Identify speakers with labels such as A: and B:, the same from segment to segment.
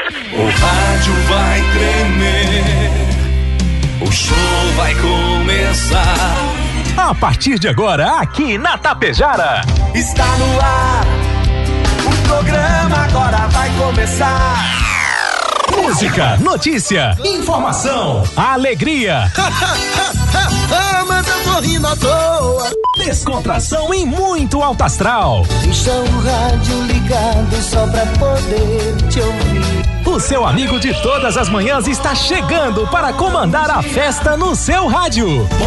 A: O rádio vai tremer, o show vai começar.
B: A partir de agora, aqui na Tapejara.
A: Está no ar, o programa agora vai começar.
B: Música, notícia, informação, alegria.
C: Mas eu tô rindo à toa.
B: Descontração e muito alto astral.
C: Deixa o rádio ligado só pra poder te ouvir.
B: O seu amigo de todas as manhãs está chegando para comandar a festa no seu rádio.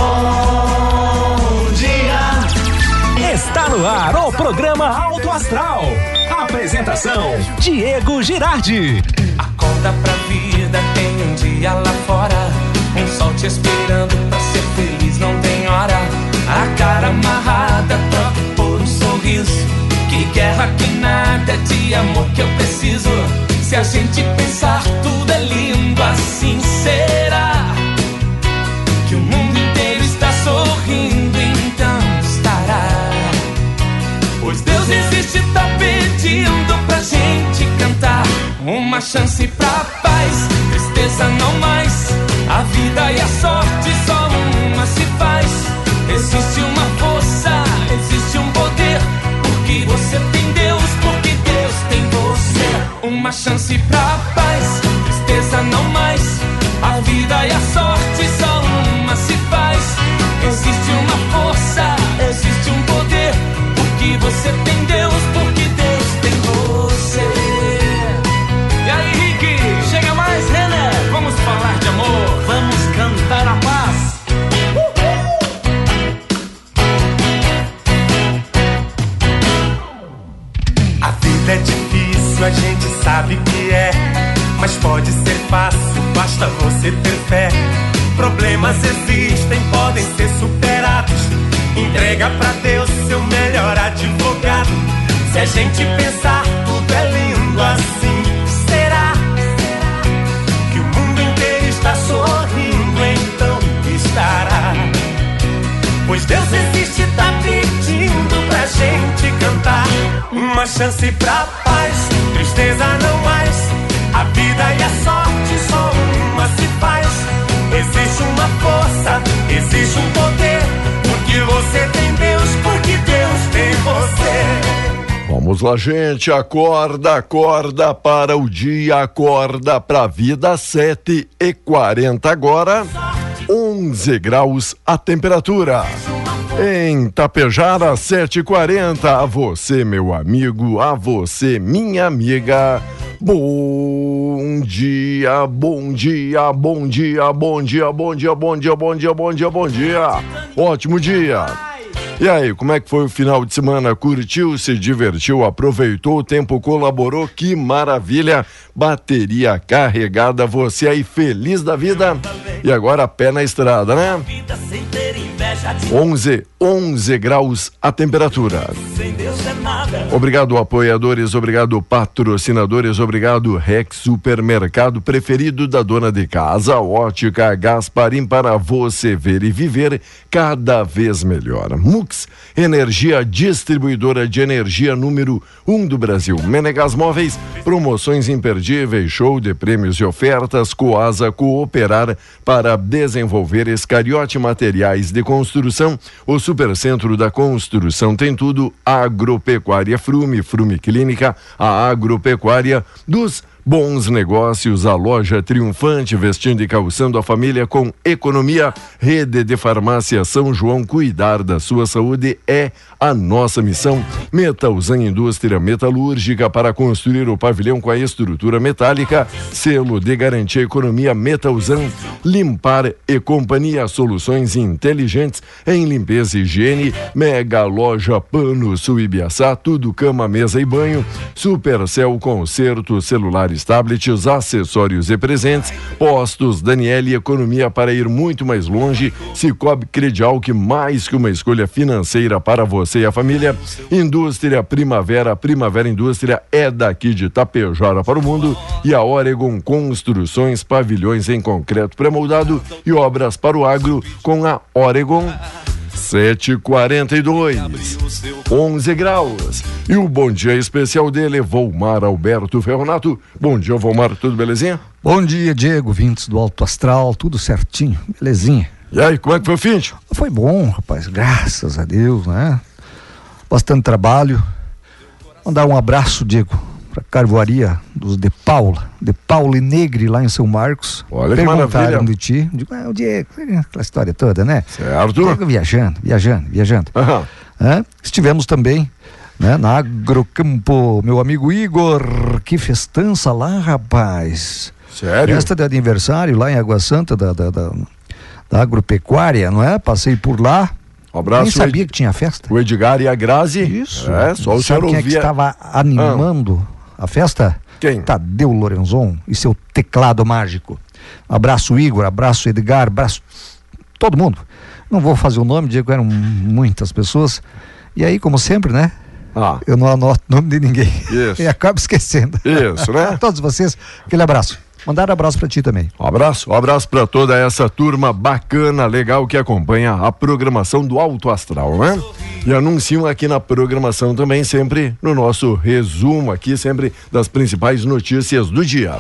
A: Bom dia.
B: Está no ar o programa Alto Astral. Apresentação: Diego Girardi.
D: Acorda pra vida, tem um dia lá fora, um sol te esperando pra ser feliz, não tem hora. A cara amarrada, troca por um sorriso. Que guerra, que nada, de amor que eu preciso. Se a gente pensar tudo é lindo, assim será. Que o mundo inteiro está sorrindo, então estará. Pois Deus existe, tá pedindo pra gente cantar. Uma chance pra paz, tristeza não mais. A vida e a sorte só uma se faz. Existe uma força, existe um poder. Porque você tem Deus, porque Deus tem você. Uma chance pra paz, tristeza não mais. A vida e a sorte só uma se faz. Existe uma força, existe um poder. Porque você tem Deus, porque Deus tem você. E aí, Rick, chega mais, René. Vamos falar de amor, vamos cantar a paz.
E: A vida é difícil, a gente sabe que é, mas pode ser fácil, basta você ter fé. Problemas existem, podem ser superados. Entrega pra Deus seu melhor advogado. Se a gente pensar tudo é lindo assim, será que o mundo inteiro está sorrindo, então estará. Pois Deus existe, tá pedindo pra gente cantar. Uma chance pra paz, tristeza não mais. A vida e a sorte só uma se faz. Existe uma força, existe um poder. Porque você tem Deus, porque Deus tem você.
F: Vamos lá, gente, acorda, acorda para o dia, acorda pra vida. 7h40 agora, 11 graus a temperatura. Em Tapejara, 7h40, a você, meu amigo, a você, minha amiga. Bom dia, bom dia, bom dia, bom dia, bom dia, bom dia, bom dia, bom dia, bom dia. Ótimo dia. E aí, como é que foi o final de semana? Curtiu, se divertiu, aproveitou, o tempo colaborou? Que maravilha! Bateria carregada, você aí feliz da vida. E agora pé na estrada, né? 11 graus a temperatura. Obrigado, apoiadores, obrigado, patrocinadores, obrigado, Rex Supermercado preferido da dona de casa, Ótica Gasparim, para você ver e viver cada vez melhor. Mux, energia distribuidora de energia número 1 do Brasil. Menegas Móveis, promoções imperdíveis, show de prêmios e ofertas. Coasa, cooperar para desenvolver. Escariote Materiais de Construção, o Supercentro da Construção tem tudo. Agropecuária Frume, Frume Clínica, a agropecuária dos bons negócios, a loja triunfante, vestindo e calçando a família com economia. Rede de Farmácia São João, cuidar da sua saúde é a nossa missão. Metalzan Indústria Metalúrgica, para construir o pavilhão com a estrutura metálica. Selo de garantia economia Metalzan. Limpar e Companhia, soluções inteligentes em limpeza e higiene. Mega Loja Pano Sul Ibiaçá, tudo cama, mesa e banho. Supercell Concerto, celulares, tablets, acessórios e presentes. Postos Daniele, economia para ir muito mais longe. Cicobi Credial, que mais que uma escolha financeira para você e a família. Indústria Primavera, Primavera Indústria é daqui de Tapejara para o mundo. E a Oregon Construções, pavilhões em concreto pré-moldado e obras para o agro com a Oregon. 7h42, 11 graus. E o bom dia especial dele, Volmar Alberto Ferronato. Bom dia, Volmar, tudo belezinha?
G: Bom dia, Diego, vintes do Alto Astral, tudo certinho, belezinha.
F: E aí, como é que foi o fim?
G: Foi bom, rapaz, graças a Deus, né? Bastante trabalho. Mandar um abraço, Diego, pra Carvoaria dos De Paula e Negri, lá em São Marcos.
F: Olha que maravilha.
G: Perguntaram de ti. Digo, o Diego, aquela história toda, né?
F: Certo.
G: Diego viajando.
F: Aham.
G: Estivemos também, né, na Agrocampo, meu amigo Igor, que festança lá, rapaz.
F: Sério?
G: Festa de aniversário lá em Água Santa da agropecuária, não é? Passei por lá.
F: Um abraço.
G: Nem sabia que tinha festa.
F: O Edgar e a Grazi.
G: Isso.
F: Só o
G: Sabe
F: senhor
G: quem é que
F: ouvia.
G: estava animando a festa?
F: Quem?
G: Tadeu Lorenzon e seu teclado mágico. Abraço Igor, abraço Edgar, abraço todo mundo. Não vou fazer o nome, Diego, eram muitas pessoas. E aí, como sempre, né? Eu não anoto o nome de ninguém.
F: Isso.
G: E acabo esquecendo.
F: Isso, né?
G: A todos vocês, aquele abraço. Mandaram abraço pra ti também.
F: Um abraço pra toda essa turma bacana, legal que acompanha a programação do Alto Astral, né? E anunciam aqui na programação também, sempre no nosso resumo aqui, sempre das principais notícias do dia.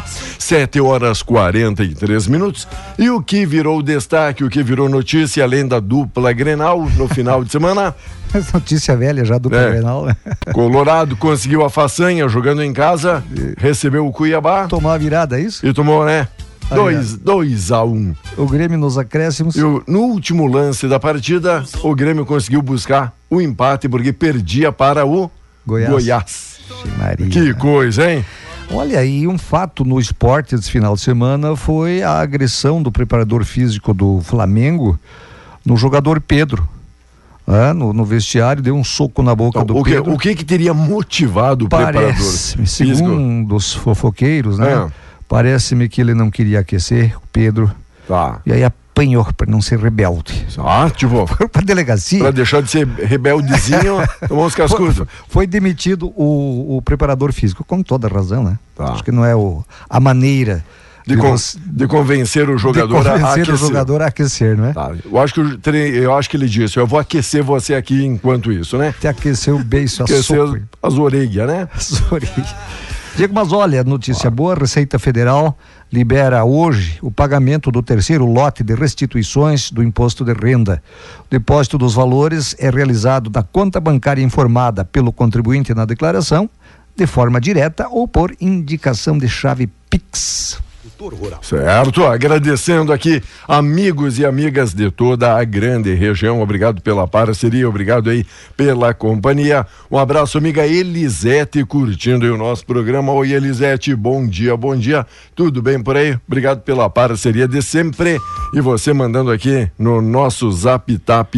F: 7h43. E o que virou destaque, o que virou notícia, além da dupla Grenal no final de semana?
G: Notícia velha já do Grenal, né?
F: Colorado conseguiu a façanha jogando em casa, recebeu o Cuiabá.
G: Tomou a virada, é isso?
F: E tomou, né? 2-1.
G: O Grêmio nos acréscimos.
F: E no último lance da partida, o Grêmio conseguiu buscar o empate porque perdia para o Goiás.
G: Maria.
F: Que coisa, hein?
G: Olha aí, um fato no esporte desse final de semana foi a agressão do preparador físico do Flamengo no jogador Pedro. No vestiário, deu um soco na boca do Pedro.
F: O que teria motivado o preparador físico?
G: Segundo os fofoqueiros, né? Parece-me que ele não queria aquecer o Pedro.
F: Tá.
G: E aí apanhou para não ser rebelde.
F: Tipo,
G: para delegacia.
F: Para deixar de ser rebeldezinho, tomou uns cascudos.
G: Foi demitido o preparador físico, com toda razão, né?
F: Tá.
G: Acho que não é a maneira
F: de convencer o jogador
G: a aquecer, não é?
F: Tá. Eu acho que ele disse, eu vou aquecer você aqui enquanto isso, né?
G: Te aqueceu o beiço,
F: as orelhas, né?
G: As orelhas. Diego, mas olha, notícia boa, a Receita Federal libera hoje o pagamento do terceiro lote de restituições do imposto de renda. O depósito dos valores é realizado da conta bancária informada pelo contribuinte na declaração, de forma direta ou por indicação de chave Pix.
F: Certo, agradecendo aqui amigos e amigas de toda a grande região, obrigado pela parceria, obrigado aí pela companhia. Um abraço, amiga Elisete, curtindo aí o nosso programa. Oi, Elisete, bom dia, tudo bem por aí? Obrigado pela parceria de sempre. E você mandando aqui no nosso Zap Tap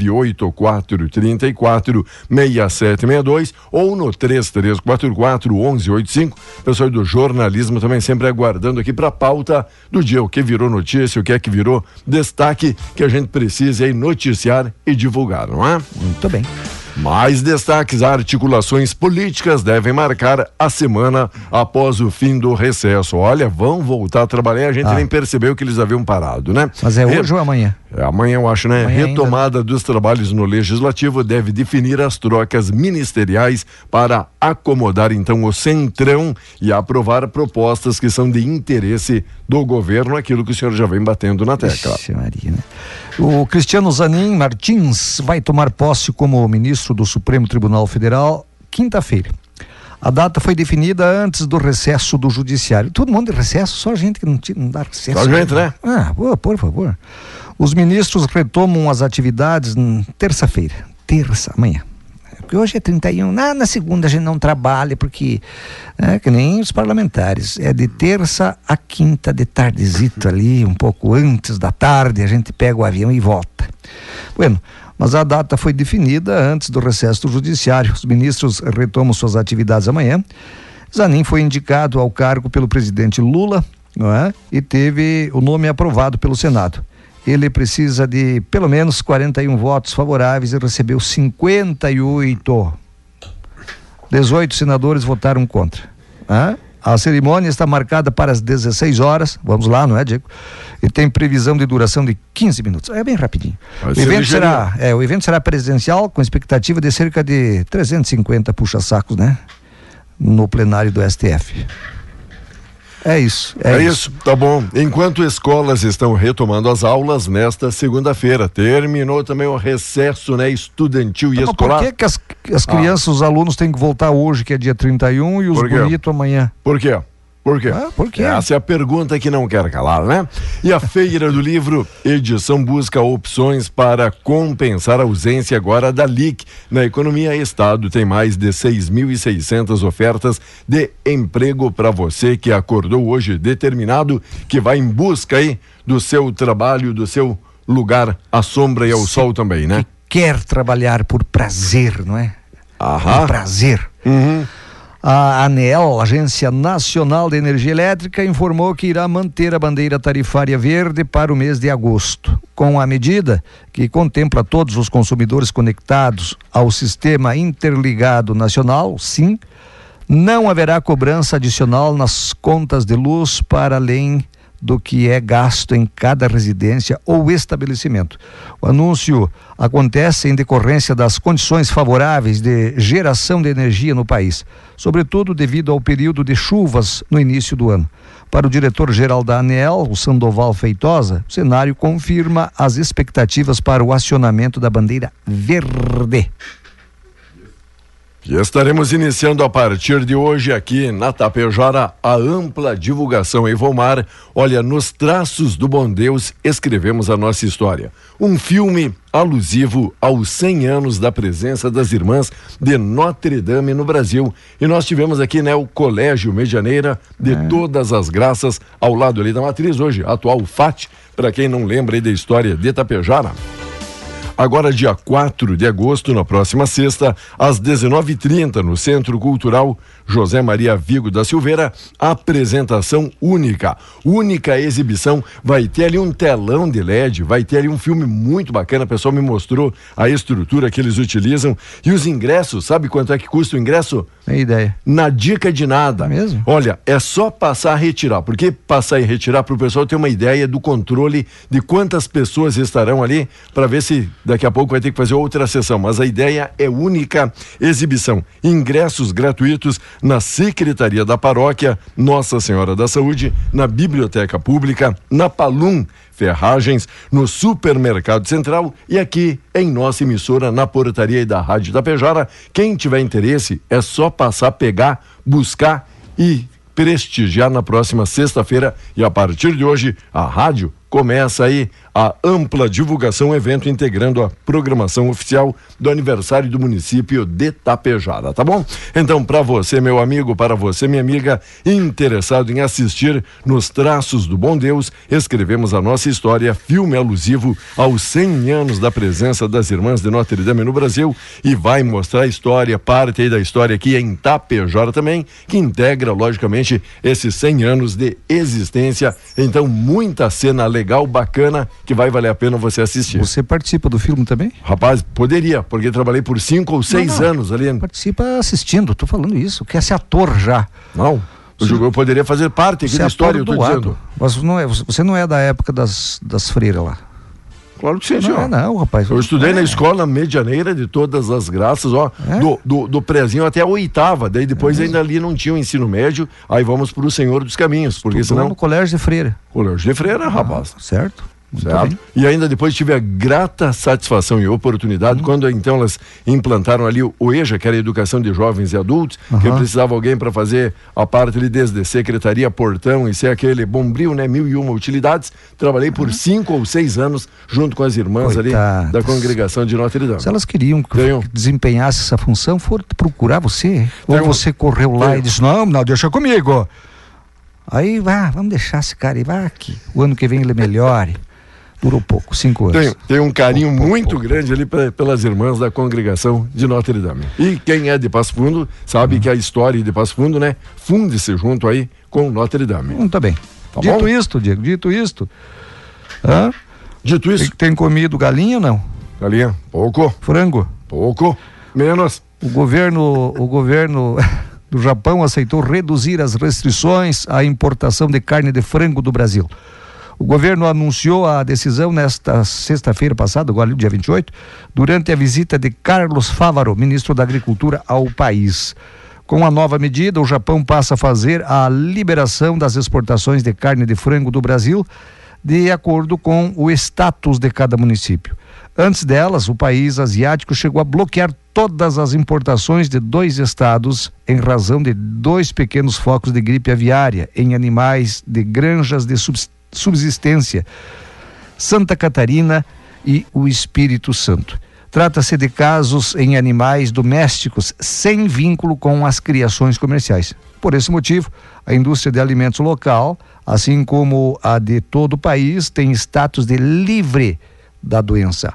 F: 984346762 ou no 33441185. Pessoal do jornalismo também sempre aguardando aqui para a pauta do dia, o que virou notícia, o que é que virou destaque, que a gente precisa aí noticiar e divulgar, não é?
G: Muito bem.
F: Mais destaques: articulações políticas devem marcar a semana após o fim do recesso. Olha, vão voltar a trabalhar, a gente nem percebeu que eles haviam parado, né?
G: Mas é hoje ou amanhã?
F: Amanhã, eu acho, né?
G: Amanhã
F: retomada dos trabalhos no Legislativo deve definir as trocas ministeriais para acomodar então o Centrão e aprovar propostas que são de interesse do governo, aquilo que o senhor já vem batendo na tecla.
G: Ixi, Maria, né? O Cristiano Zanin Martins vai tomar posse como ministro do Supremo Tribunal Federal quinta-feira. A data foi definida antes do recesso do Judiciário. Todo mundo de recesso, só a gente que não dá recesso.
F: Só a gente, né?
G: Por favor. Os ministros retomam as atividades terça-feira. Amanhã. Porque hoje é 31. Na segunda a gente não trabalha, porque que nem os parlamentares. É de terça a quinta de tardezito ali, um pouco antes da tarde, a gente pega o avião e volta. Bueno, mas a data foi definida antes do recesso do Judiciário. Os ministros retomam suas atividades amanhã. Zanin foi indicado ao cargo pelo presidente Lula, não é? E teve o nome aprovado pelo Senado. Ele precisa de pelo menos 41 votos favoráveis e recebeu 58. 18 senadores votaram contra. A cerimônia está marcada para as 16 horas. Vamos lá, não é, Diego? E tem previsão de duração de 15 minutos. É bem rapidinho. O evento será presencial, com expectativa de cerca de 350 puxa-sacos, né? No plenário do STF. É isso.
F: É isso, tá bom. Enquanto escolas estão retomando as aulas nesta segunda-feira, terminou também o recesso, né, estudantil e escolar.
G: Por que as crianças, os alunos têm que voltar hoje, que é dia 31, e os bonitos amanhã?
F: Por quê? Por quê?
G: Por quê?
F: Essa é a pergunta que não quer calar, né? E a Feira do Livro Edição busca opções para compensar a ausência agora da LIC. Na economia, Estado tem mais de 6.600 ofertas de emprego para você que acordou hoje determinado, que vai em busca aí do seu trabalho, do seu lugar à sombra e ao sol também, né?
G: Que quer trabalhar por prazer, não é?
F: Aham.
G: Por prazer.
F: Uhum.
G: A ANEEL, Agência Nacional de Energia Elétrica, informou que irá manter a bandeira tarifária verde para o mês de agosto. Com a medida, que contempla todos os consumidores conectados ao Sistema Interligado Nacional, SIM, não haverá cobrança adicional nas contas de luz para além do que é gasto em cada residência ou estabelecimento. O anúncio acontece em decorrência das condições favoráveis de geração de energia no país, sobretudo devido ao período de chuvas no início do ano. Para o diretor-geral da ANEEL, o Sandoval Feitosa, o cenário confirma as expectativas para o acionamento da bandeira verde.
F: E estaremos iniciando a partir de hoje aqui na Tapejara a ampla divulgação. Evomar, olha, nos traços do Bom Deus escrevemos a nossa história. Um filme alusivo aos 100 anos da presença das Irmãs de Notre Dame no Brasil. E nós tivemos aqui, né, o Colégio Medianeira de Todas as Graças, ao lado ali da matriz hoje, atual FAT, para quem não lembra aí da história de Tapejara. Agora, dia 4 de agosto, na próxima sexta, às 19h30, no Centro Cultural José Maria Vigo da Silveira, apresentação única exibição, vai ter ali um telão de LED, vai ter ali um filme muito bacana, o pessoal me mostrou a estrutura que eles utilizam, e os ingressos, sabe quanto é que custa o ingresso?
G: Tem ideia.
F: Na dica de nada.
G: É mesmo?
F: Olha, é só passar a retirar, porque passar e retirar para o pessoal ter uma ideia do controle de quantas pessoas estarão ali, para ver se daqui a pouco vai ter que fazer outra sessão, mas a ideia é única exibição. Ingressos gratuitos na Secretaria da Paróquia Nossa Senhora da Saúde, na Biblioteca Pública, na Palum Ferragens, no Supermercado Central e aqui em nossa emissora na portaria da Rádio Tapejara. Quem tiver interesse é só passar, pegar, buscar e prestigiar na próxima sexta-feira, e a partir de hoje a rádio começa aí a ampla divulgação, evento integrando a programação oficial do aniversário do município de Tapejara, tá bom? Então, para você, meu amigo, para você, minha amiga, interessado em assistir nos traços do Bom Deus, escrevemos a nossa história, filme alusivo aos 100 anos da presença das Irmãs de Notre Dame no Brasil, e vai mostrar a história, parte aí da história aqui em Tapejara também, que integra, logicamente, esses 100 anos de existência. Então, muita cena legal, bacana, que vai valer a pena você assistir.
G: Você participa do filme também?
F: Rapaz, poderia, porque trabalhei por 5 ou 6 anos ali.
G: Participa assistindo, tô falando isso, quer ser ator já.
F: Não, eu poderia fazer parte aqui da história, eu tô dizendo.
G: Mas você não é da época das freiras lá.
F: Claro que sim, senhor.
G: Não, rapaz.
F: Eu estudei na escola medianeira de Todas as Graças, ó, do prézinho até a 8ª, daí depois ainda ali não tinha o ensino médio, aí vamos pro Senhor dos Caminhos, porque senão...
G: no Colégio de Freira.
F: Colégio de Freira, rapaz.
G: Certo.
F: Certo. E ainda depois tive a grata satisfação e oportunidade quando então elas implantaram ali o EJA, que era a Educação de Jovens e Adultos, que precisava alguém para fazer a parte ali desde secretaria, portão e ser aquele bombril, né? 1001 utilidades. Trabalhei por 5 ou 6 anos junto com as irmãs ali da congregação de Notre Dame.
G: Se elas queriam que desempenhasse essa função, foram procurar você? Ou você correu lá e disse, não, deixa comigo. Aí, vamos deixar esse cara aí, vai aqui. O ano que vem ele melhore. Durou pouco, 5 anos.
F: Tem um carinho muito grande ali pelas irmãs da congregação de Notre Dame. E quem é de Passo Fundo sabe que a história de Passo Fundo, né, funde-se junto aí com Notre Dame.
G: Tá bem.
F: Tá
G: dito
F: bom?
G: Isto, Diego, dito isto.
F: Dito isso.
G: Tem comido galinha ou não?
F: Galinha, pouco.
G: Frango?
F: Pouco. Menos.
G: O governo do Japão aceitou reduzir as restrições à importação de carne de frango do Brasil. O governo anunciou a decisão nesta sexta-feira passada, agora dia 28, durante a visita de Carlos Fávaro, ministro da Agricultura, ao país. Com a nova medida, o Japão passa a fazer a liberação das exportações de carne de frango do Brasil, de acordo com o status de cada município. Antes delas, o país asiático chegou a bloquear todas as importações de 2 estados em razão de 2 pequenos focos de gripe aviária em animais de granjas de subsistência, Santa Catarina e o Espírito Santo. Trata-se de casos em animais domésticos sem vínculo com as criações comerciais. Por esse motivo, a indústria de alimentos local, assim como a de todo o país, tem status de livre da doença.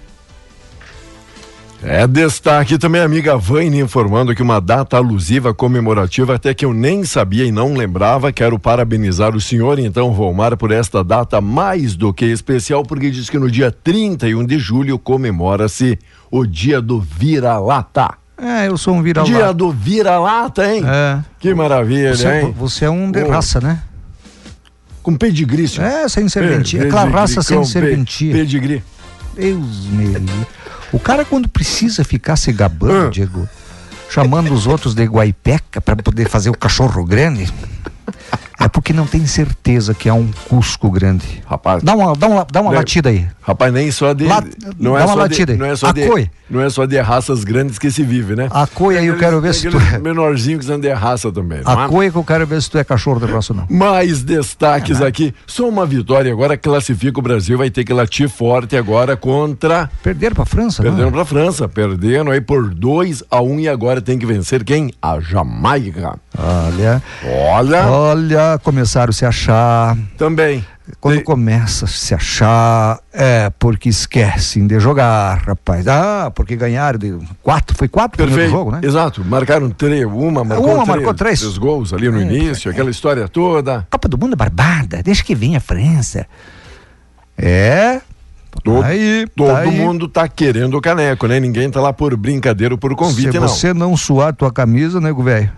F: Destaque também a amiga Vânia informando que uma data alusiva comemorativa até que eu nem sabia e não lembrava. Quero parabenizar o senhor, então, Volmar, por esta data mais do que especial, porque diz que no dia 31 de julho comemora-se o dia do vira-lata.
G: Eu sou um vira-lata.
F: Dia do vira-lata, hein? Que maravilha, hein?
G: Você é um de raça, né?
F: Com pedigree, senhor.
G: Sem serventia. Aquela raça sem serventia.
F: Pedigree.
G: Deus me livre. O cara, quando precisa ficar se gabando, Diego, chamando os outros de guaipeca para poder fazer o cachorro grande, é porque não tem certeza que é um cusco grande.
F: Rapaz,
G: dá uma latida aí.
F: Rapaz, nem só de
G: não é
F: só de raças grandes que se vive, né?
G: A coia aí eu quero ver se tu é
F: menorzinho que são de raça também.
G: A coia que eu quero ver se tu é cachorro de raça, não.
F: Mais destaques aqui. Só uma vitória agora classifica o Brasil, vai ter que latir forte agora contra...
G: Perderam pra França, né?
F: Perderam pra França, perdendo aí por 2-1 e agora tem que vencer quem? A Jamaica.
G: Olha, começaram a se achar.
F: Também.
G: Quando começa a se achar, porque esquecem de jogar, rapaz. Porque ganharam de 4, foi 4 no primeiro jogo, né?
F: Exato, marcaram 3, uma marcou 3 gols ali no início, aquela história toda.
G: Copa do Mundo é barbada, deixa que venha a França.
F: Todo mundo tá querendo o caneco, né? Ninguém tá lá por brincadeira ou por convite, não.
G: Se você não suar tua camisa, nego velho.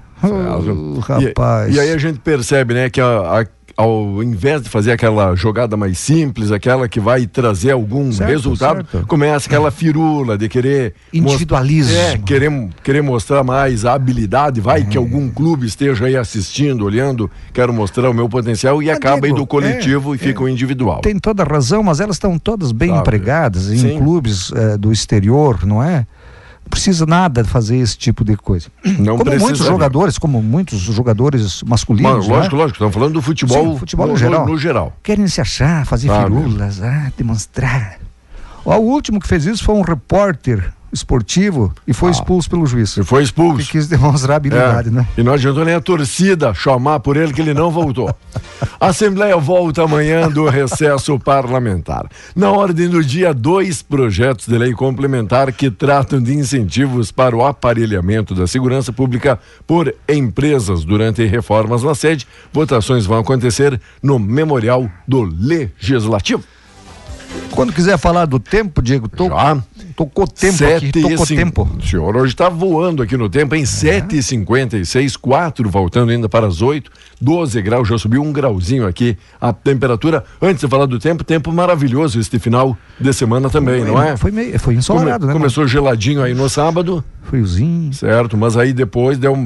G: Rapaz.
F: E aí a gente percebe, né, que ao invés de fazer aquela jogada mais simples, aquela que vai trazer algum resultado, começa aquela firula de querer
G: individualismo,
F: querer mostrar mais a habilidade, que algum clube esteja aí assistindo, olhando, quero mostrar o meu potencial e acaba indo coletivo e fica o individual.
G: Tem toda a razão, mas elas estão todas bem empregadas em clubes do exterior, não é? Não precisa nada de fazer esse tipo de coisa. Como muitos jogadores masculinos.
F: Lógico, estamos falando do futebol, no geral.
G: Querem se achar, fazer firulas, demonstrar. O último que fez isso foi um repórter esportivo e foi expulso pelo juiz.
F: E foi expulso.
G: E quis demonstrar habilidade, né?
F: E não adiantou nem a torcida chamar por ele que ele não voltou. A Assembleia volta amanhã do recesso parlamentar. Na ordem do dia, 2 projetos de lei complementar que tratam de incentivos para o aparelhamento da segurança pública por empresas durante reformas na sede. Votações vão acontecer no Memorial do Legislativo.
G: Quando quiser falar do tempo, Diego, tocou tempo aqui, tempo.
F: O senhor hoje está voando aqui no tempo, em 7h56, 4, voltando ainda para as 8, 12 graus, já subiu 1 grauzinho aqui a temperatura. Antes de falar do tempo maravilhoso este final de semana também, não é?
G: Foi ensolarado, né?
F: Começou geladinho aí no sábado.
G: Friozinho.
F: Certo, mas aí depois deu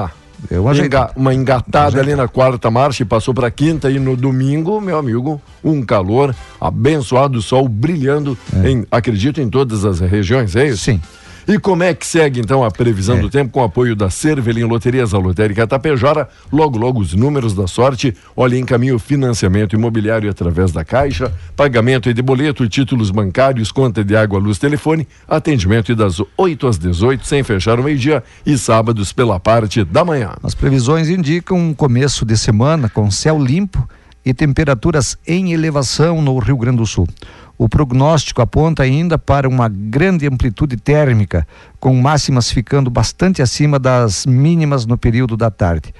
F: uma engatada ali na 4ª marcha e passou para 5ª e no domingo, meu amigo, um calor abençoado, sol brilhando, acredito, em todas as regiões, é isso?
G: Sim.
F: E como é que segue então a previsão do tempo com o apoio da Cervelim Loterias, a lotérica Tapejara? Logo os números da sorte. Olha, encaminha o financiamento imobiliário através da Caixa, pagamento de boleto, títulos bancários, conta de água, luz, telefone, atendimento das 8 às 18, sem fechar o meio-dia, e sábados pela parte da manhã.
G: As previsões indicam um começo de semana com céu limpo e temperaturas em elevação no Rio Grande do Sul. O prognóstico aponta ainda para uma grande amplitude térmica, com máximas ficando bastante acima das mínimas no período da tarde.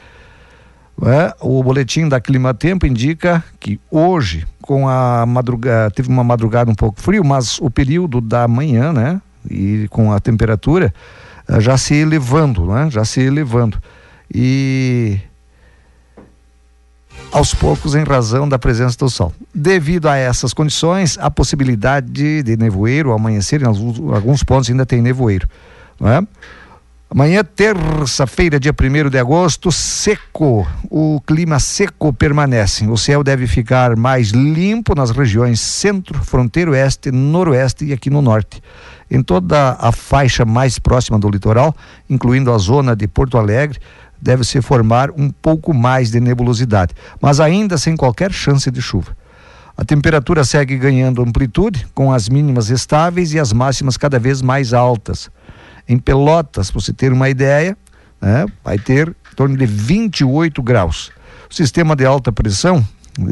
G: O boletim da Climatempo indica que hoje, teve uma madrugada um pouco frio, mas o período da manhã, né, e com a temperatura já se elevando, e aos poucos em razão da presença do sol. Devido a essas condições, a possibilidade de nevoeiro ao amanhecer, em alguns pontos ainda tem nevoeiro, não é? Amanhã, terça-feira, dia 1º de agosto, seco. O clima seco permanece. O céu deve ficar mais limpo nas regiões centro, fronteira oeste, noroeste e aqui no norte. Em toda a faixa mais próxima do litoral, incluindo a zona de Porto Alegre, deve se formar um pouco mais de nebulosidade, mas ainda sem qualquer chance de chuva. A temperatura segue ganhando amplitude, com as mínimas estáveis e as máximas cada vez mais altas. Em Pelotas, para você ter uma ideia, né, vai ter em torno de 28 graus. O sistema de alta pressão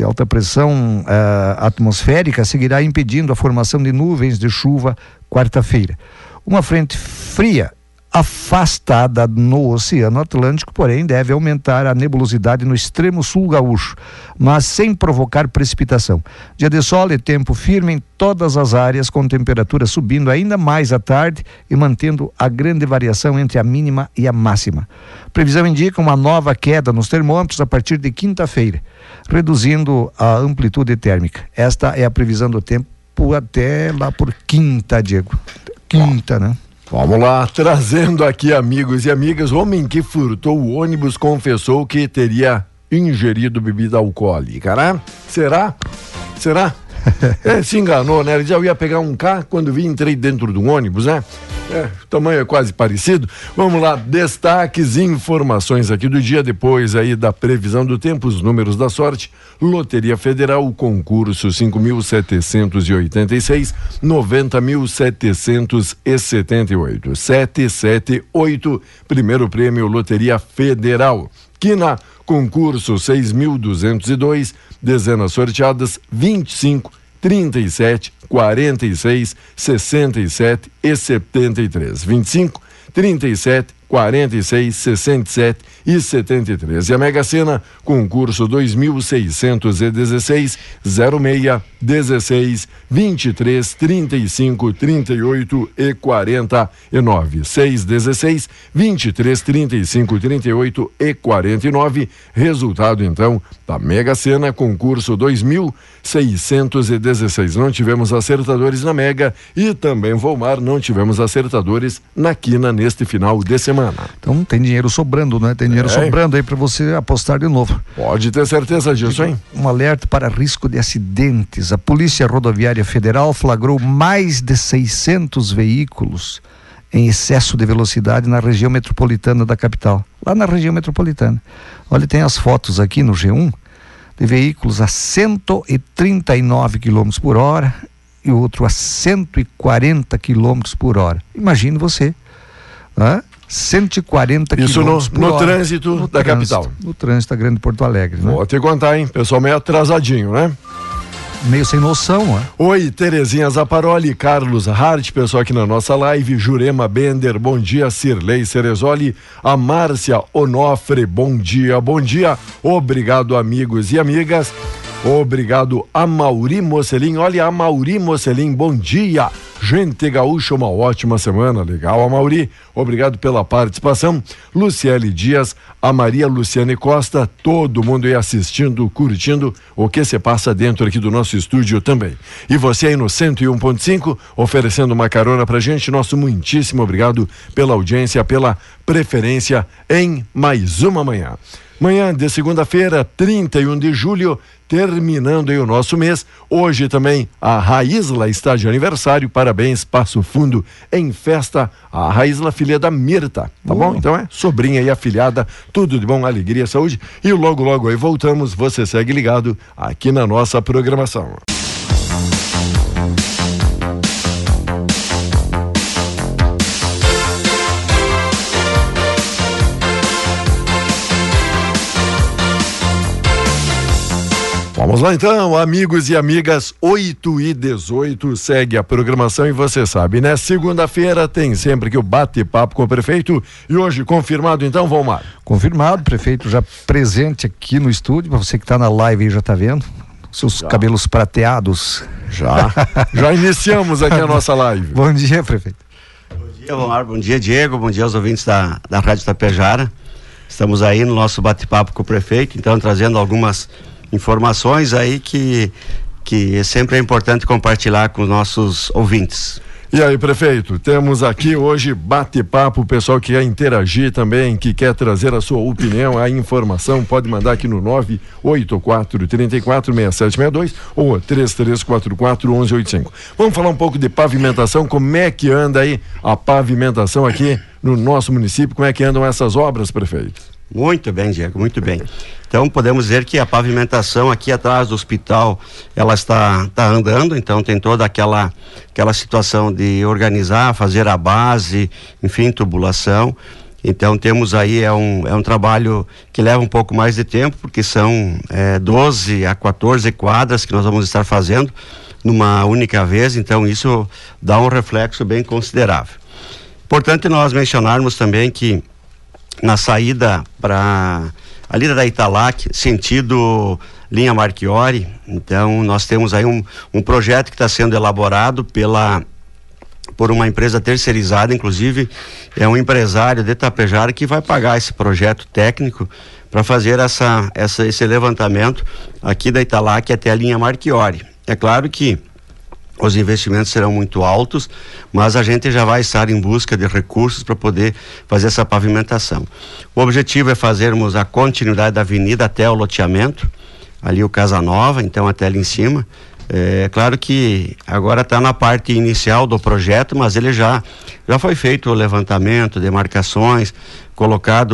G: atmosférica seguirá impedindo a formação de nuvens de chuva quarta-feira. Uma frente fria afastada no Oceano Atlântico, porém, deve aumentar a nebulosidade no extremo sul gaúcho, mas sem provocar precipitação. Dia de sol e tempo firme em todas as áreas, com temperatura subindo ainda mais à tarde e mantendo a grande variação entre a mínima e a máxima. Previsão indica uma nova queda nos termômetros a partir de quinta-feira, reduzindo a amplitude térmica. Esta é a previsão do tempo até lá por quinta, Diego. Quinta, né?
F: Vamos lá, trazendo aqui, amigos e amigas, o homem que furtou o ônibus confessou que teria ingerido bebida alcoólica, né? Será? Se enganou, né? Ele já ia pegar um carro, quando entrei dentro de um ônibus, né? O tamanho é quase parecido. Vamos lá, destaques e informações aqui do dia, depois aí da previsão do tempo, os números da sorte. Loteria Federal, concurso 5.786, 90.778, 778, primeiro prêmio Loteria Federal. Quina, concurso 6.202, dezenas sorteadas 25, 37, 46, 67 e 73. 25, 37, 46, 67 e 73. E a Mega Sena, concurso 2.616, 06, 16, 23, 35, 38 e 49. 6, 16, 23, 35, 38 e 49. Resultado, então, da Mega Sena, concurso 2.616. Não tivemos acertadores na Mega e também, Volmar, não tivemos acertadores na Quina neste final de semana.
G: Então tem dinheiro sobrando, né? Tem dinheiro sobrando aí para você apostar de novo.
F: Pode ter certeza disso, hein?
G: Um alerta para risco de acidentes. A Polícia Rodoviária Federal flagrou mais de 600 veículos em excesso de velocidade na região metropolitana da capital. Lá na região metropolitana. Olha, tem as fotos aqui no G1 de veículos a 139 km por hora e outro a 140 km por hora. Imagine você, né? 140
F: Isso
G: km
F: no trânsito da capital.
G: No trânsito da grande Porto Alegre, né?
F: Vou te contar, hein? Pessoal meio atrasadinho, né?
G: Meio sem noção, né?
F: Oi, Terezinha Zaparoli, Carlos Hart, pessoal aqui na nossa live, Jurema Bender, bom dia, Cirlei Cerezoli, a Márcia Onofre, bom dia, obrigado, amigos e amigas. Obrigado a Mauri Mocelin. Olha, a Mauri Mocelin, bom dia. Gente gaúcha, uma ótima semana. Legal, a Mauri. Obrigado pela participação. Luciele Dias, a Maria Luciane Costa, todo mundo aí assistindo, curtindo o que se passa dentro aqui do nosso estúdio também. E você aí no 101.5, oferecendo uma carona pra gente. Nosso muitíssimo obrigado pela audiência, pela preferência em mais uma manhã. Manhã de segunda-feira, 31 de julho, terminando aí o nosso mês. Hoje também a Raísla está de aniversário, parabéns, Passo Fundo em festa. A Raísla, filha da Mirta, tá bom? Então é sobrinha e afilhada, tudo de bom, alegria, saúde. E logo aí voltamos, você segue ligado aqui na nossa programação. Vamos lá então, amigos e amigas, 8h18, segue a programação e você sabe, né? Segunda-feira tem sempre que o bate-papo com o prefeito e hoje confirmado então, Volmar?
G: Confirmado, prefeito já presente aqui no estúdio, para você que está na live aí já está vendo, seus cabelos prateados.
F: Já iniciamos aqui a nossa live.
G: Bom dia, prefeito.
H: Bom dia, Volmar, bom dia, Diego, bom dia aos ouvintes da Rádio Tapejara. Estamos aí no nosso bate-papo com o prefeito, então trazendo algumas informações aí que sempre é importante compartilhar com os nossos ouvintes.
F: E aí, prefeito, temos aqui hoje bate-papo, o pessoal que quer interagir também, que quer trazer a sua opinião, a informação, pode mandar aqui no 984-34-6762 ou 3344-1185. Vamos falar um pouco de pavimentação, como é que anda aí a pavimentação aqui no nosso município, como é que andam essas obras, prefeito?
H: Muito bem, Diego, muito bem. Então podemos dizer que a pavimentação aqui atrás do hospital, ela está andando, então tem toda aquela situação de organizar, fazer a base, enfim, tubulação. Então temos aí, é um trabalho que leva um pouco mais de tempo, porque são 12 a 14 quadras que nós vamos estar fazendo numa única vez, então isso dá um reflexo bem considerável. Importante nós mencionarmos também que na saída para ali da Italac, sentido linha Marchiori, então nós temos aí um projeto que está sendo elaborado por uma empresa terceirizada, inclusive é um empresário de Tapejara que vai pagar esse projeto técnico para fazer esse levantamento aqui da Italac até a linha Marchiori. É claro que os investimentos serão muito altos, mas a gente já vai estar em busca de recursos para poder fazer essa pavimentação. O objetivo é fazermos a continuidade da avenida até o loteamento, ali o Casa Nova, então até ali em cima. É claro que agora está na parte inicial do projeto, mas ele já foi feito o levantamento de marcações, colocado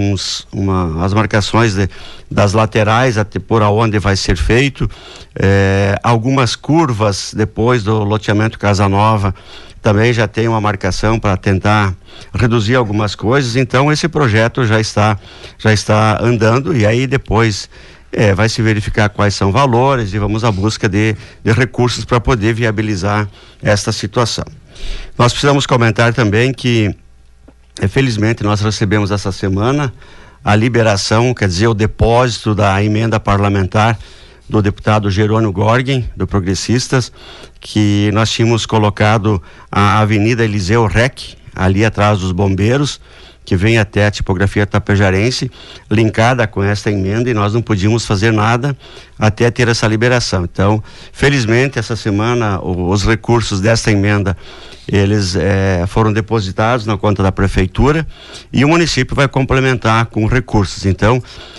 H: as marcações das laterais até por aonde vai ser feito, algumas curvas depois do loteamento Casa Nova também já tem uma marcação para tentar reduzir algumas coisas. Então esse projeto já está andando, e aí depois vai se verificar quais são valores e vamos à busca de recursos para poder viabilizar esta situação. Nós precisamos comentar também que felizmente nós recebemos essa semana a liberação, quer dizer, o depósito da emenda parlamentar do deputado Jerônimo Gorgen, do Progressistas, que nós tínhamos colocado a Avenida Eliseu Rec, ali atrás dos bombeiros, que vem até a tipografia tapejarense, linkada com esta emenda, e nós não podíamos fazer nada até ter essa liberação. Então, felizmente, essa semana, os recursos desta emenda, eles foram depositados na conta da prefeitura, e o município vai complementar com recursos. Então,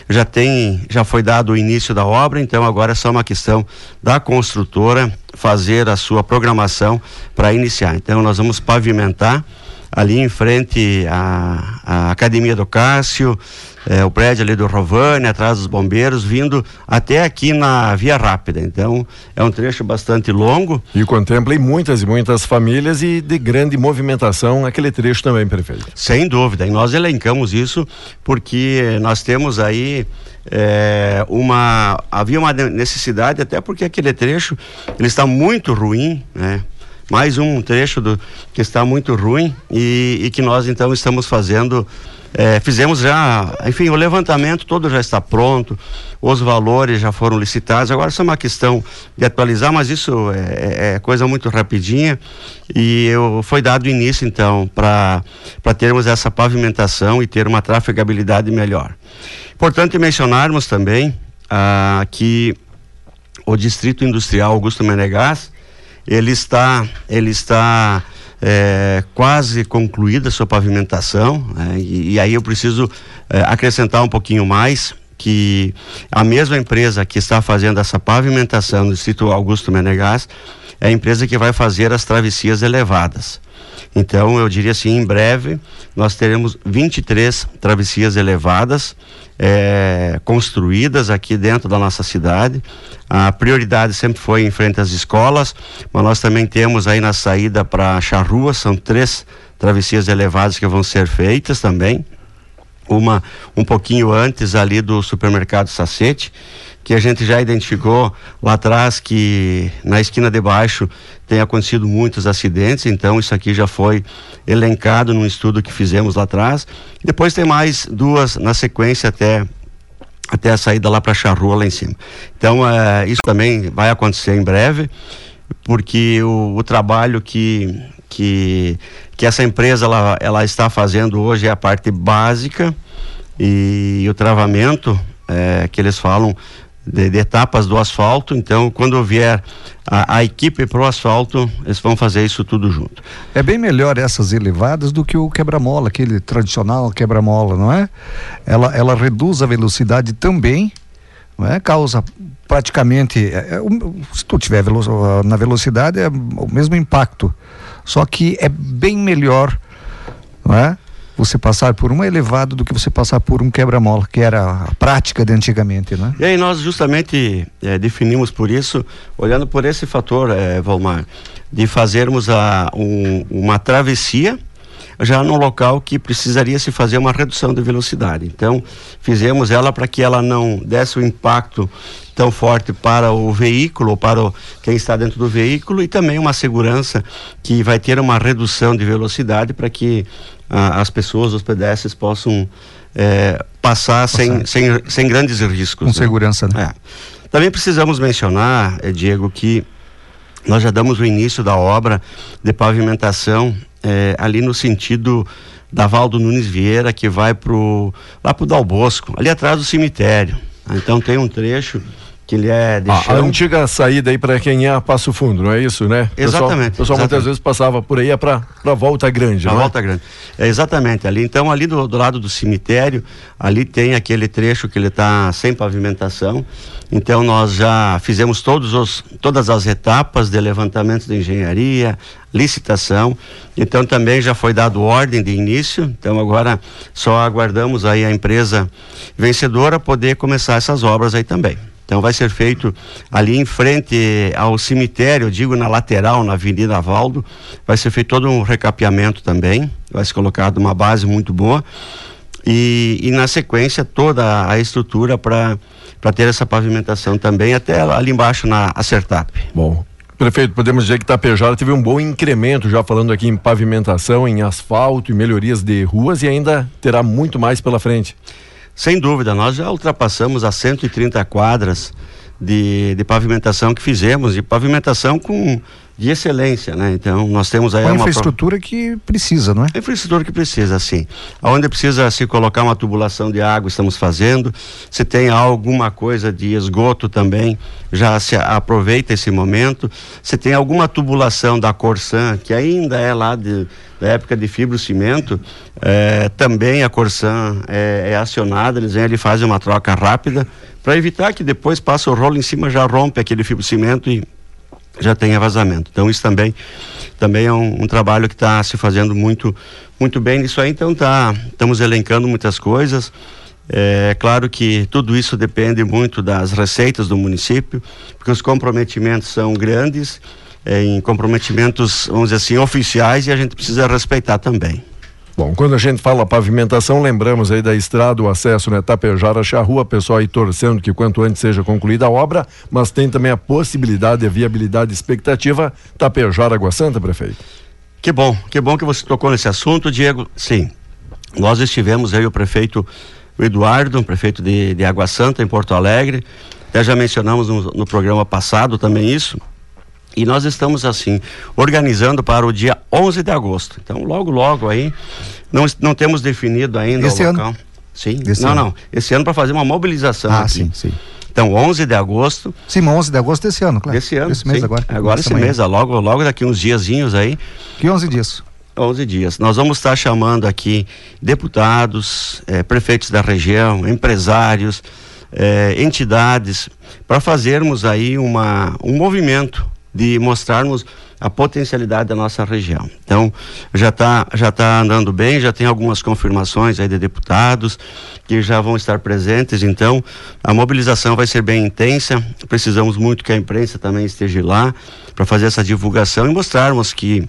H: já foi dado o início da obra, então agora é só uma questão da construtora fazer a sua programação para iniciar. Então, nós vamos pavimentar ali em frente à Academia do Cássio, o prédio ali do Rovani, atrás dos bombeiros, vindo até aqui na Via Rápida. Então, é um trecho bastante longo.
F: E contempla muitas e muitas famílias e de grande movimentação aquele trecho também, prefeito.
H: Sem dúvida, e nós elencamos isso porque nós temos aí havia uma necessidade, até porque aquele trecho ele está muito ruim, né? Mais um trecho que está muito ruim e que nós então estamos fazendo, fizemos já, enfim, o levantamento todo já está pronto, os valores já foram licitados, agora só uma questão de atualizar, mas isso é coisa muito rapidinha, e foi dado início então para termos essa pavimentação e ter uma trafegabilidade melhor. Importante mencionarmos também que o Distrito Industrial Augusto Menegas, ele está quase concluída a sua pavimentação, né? E aí eu preciso acrescentar um pouquinho mais, que a mesma empresa que está fazendo essa pavimentação no Distrito Augusto Menegas é a empresa que vai fazer as travessias elevadas. Então, eu diria assim, em breve nós teremos 23 travessias elevadas construídas aqui dentro da nossa cidade. A prioridade sempre foi em frente às escolas, mas nós também temos aí na saída para Charrua, são 3 travessias elevadas que vão ser feitas também. Uma um pouquinho antes ali do supermercado Sacete, que a gente já identificou lá atrás que na esquina de baixo tem acontecido muitos acidentes, então isso aqui já foi elencado num estudo que fizemos lá atrás. Depois tem mais 2 na sequência até a saída lá para Charrua lá em cima. Então isso também vai acontecer em breve, porque o trabalho que essa empresa ela está fazendo hoje é a parte básica. e o travamento, que eles falam de etapas do asfalto. Então, quando vier a equipe para o asfalto, eles vão fazer isso tudo junto.
G: É bem melhor essas elevadas do que o quebra-mola, aquele tradicional quebra-mola, não é? Ela reduz a velocidade também, não é? Causa praticamente, se tu tiver na velocidade, é o mesmo impacto, só que é bem melhor, não é? Você passar por um elevado do que você passar por um quebra-mola, que era a prática de antigamente, né?
H: E aí nós justamente definimos por isso, olhando por esse fator, Valmar, de fazermos uma travessia já no local que precisaria se fazer uma redução de velocidade. Então, fizemos ela para que ela não desse o impacto tão forte para o veículo, ou para quem está dentro do veículo, e também uma segurança que vai ter uma redução de velocidade para que as pessoas, os pedestres, possam passar sem grandes riscos.
G: Com segurança, né?
H: Também precisamos mencionar, Diego, que nós já damos o início da obra de pavimentação ali no sentido da Valdo Nunes Vieira, que vai lá pro Dal Bosco, ali atrás do cemitério. Então tem um trecho que ele é de chão.
F: A antiga saída aí para quem é Passo Fundo, não é isso, né?
H: Exatamente.
F: O pessoal muitas vezes passava por aí para Volta Grande, né?
H: Volta Grande. Exatamente, ali. Então, ali do lado do cemitério, ali tem aquele trecho que ele está sem pavimentação. Então, nós já fizemos todas as etapas de levantamento de engenharia, licitação. Então, também já foi dado ordem de início. Então, agora só aguardamos aí a empresa vencedora poder começar essas obras aí também. Então vai ser feito ali em frente ao cemitério, eu digo na lateral, na Avenida Valdo, vai ser feito todo um recapeamento também, vai ser colocado uma base muito boa e na sequência toda a estrutura para ter essa pavimentação também, até ali embaixo na Acertap.
F: Bom, prefeito, podemos dizer que Tapejara teve um bom incremento, já falando aqui em pavimentação, em asfalto e melhorias de ruas, e ainda terá muito mais pela frente.
H: Sem dúvida, nós já ultrapassamos as 130 quadras de pavimentação que fizemos, e pavimentação de excelência, né? Então, nós temos aí
G: uma infraestrutura que precisa, não é?
H: A infraestrutura que precisa, sim. Onde precisa se colocar uma tubulação de água, estamos fazendo. Se tem alguma coisa de esgoto também, já se aproveita esse momento. Se tem alguma tubulação da Corsan, que ainda é lá da época de fibrocimento, também a Corsan é acionada, eles vêm ali, fazem uma troca rápida, para evitar que depois passe o rolo em cima, já rompe aquele fibrocimento e já tenha vazamento. Então isso também é um trabalho que está se fazendo muito, muito bem nisso aí. Então estamos elencando muitas coisas. É claro que tudo isso depende muito das receitas do município, porque os comprometimentos são grandes, em comprometimentos, vamos dizer assim, oficiais, e a gente precisa respeitar também.
F: Bom, quando a gente fala pavimentação, lembramos aí da estrada, o acesso, né, Tapejara, Charrua, pessoal aí torcendo que quanto antes seja concluída a obra, mas tem também a possibilidade, a viabilidade expectativa, Tapejara, Água Santa, prefeito.
H: Que bom que você tocou nesse assunto, Diego. Sim, nós estivemos aí, o prefeito Eduardo, prefeito de Água Santa, em Porto Alegre, até já mencionamos no programa passado também isso. E nós estamos assim, organizando para o dia 11 de agosto. Então, logo aí, não temos definido ainda
G: esse
H: o
G: local.
H: Ano? Sim, não. Esse ano para fazer uma mobilização aqui.
G: Sim.
H: Então, 11 de agosto.
G: Sim, 11 de agosto desse ano, claro.
H: Desse ano,
G: esse mês agora.
H: Agora esse mês, logo daqui uns diazinhos aí.
G: Que 11 dias?
H: 11 dias. Nós vamos estar chamando aqui deputados, prefeitos da região, empresários, entidades, para fazermos aí um movimento de mostrarmos a potencialidade da nossa região. Então, já tá andando bem, já tem algumas confirmações aí de deputados que já vão estar presentes. Então, a mobilização vai ser bem intensa. Precisamos muito que a imprensa também esteja lá para fazer essa divulgação e mostrarmos que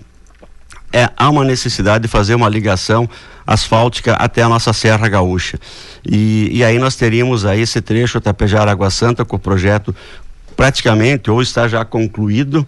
H: há uma necessidade de fazer uma ligação asfáltica até a nossa Serra Gaúcha. E aí nós teríamos aí esse trecho Tapejara Água Santa com o projeto praticamente, ou está já concluído,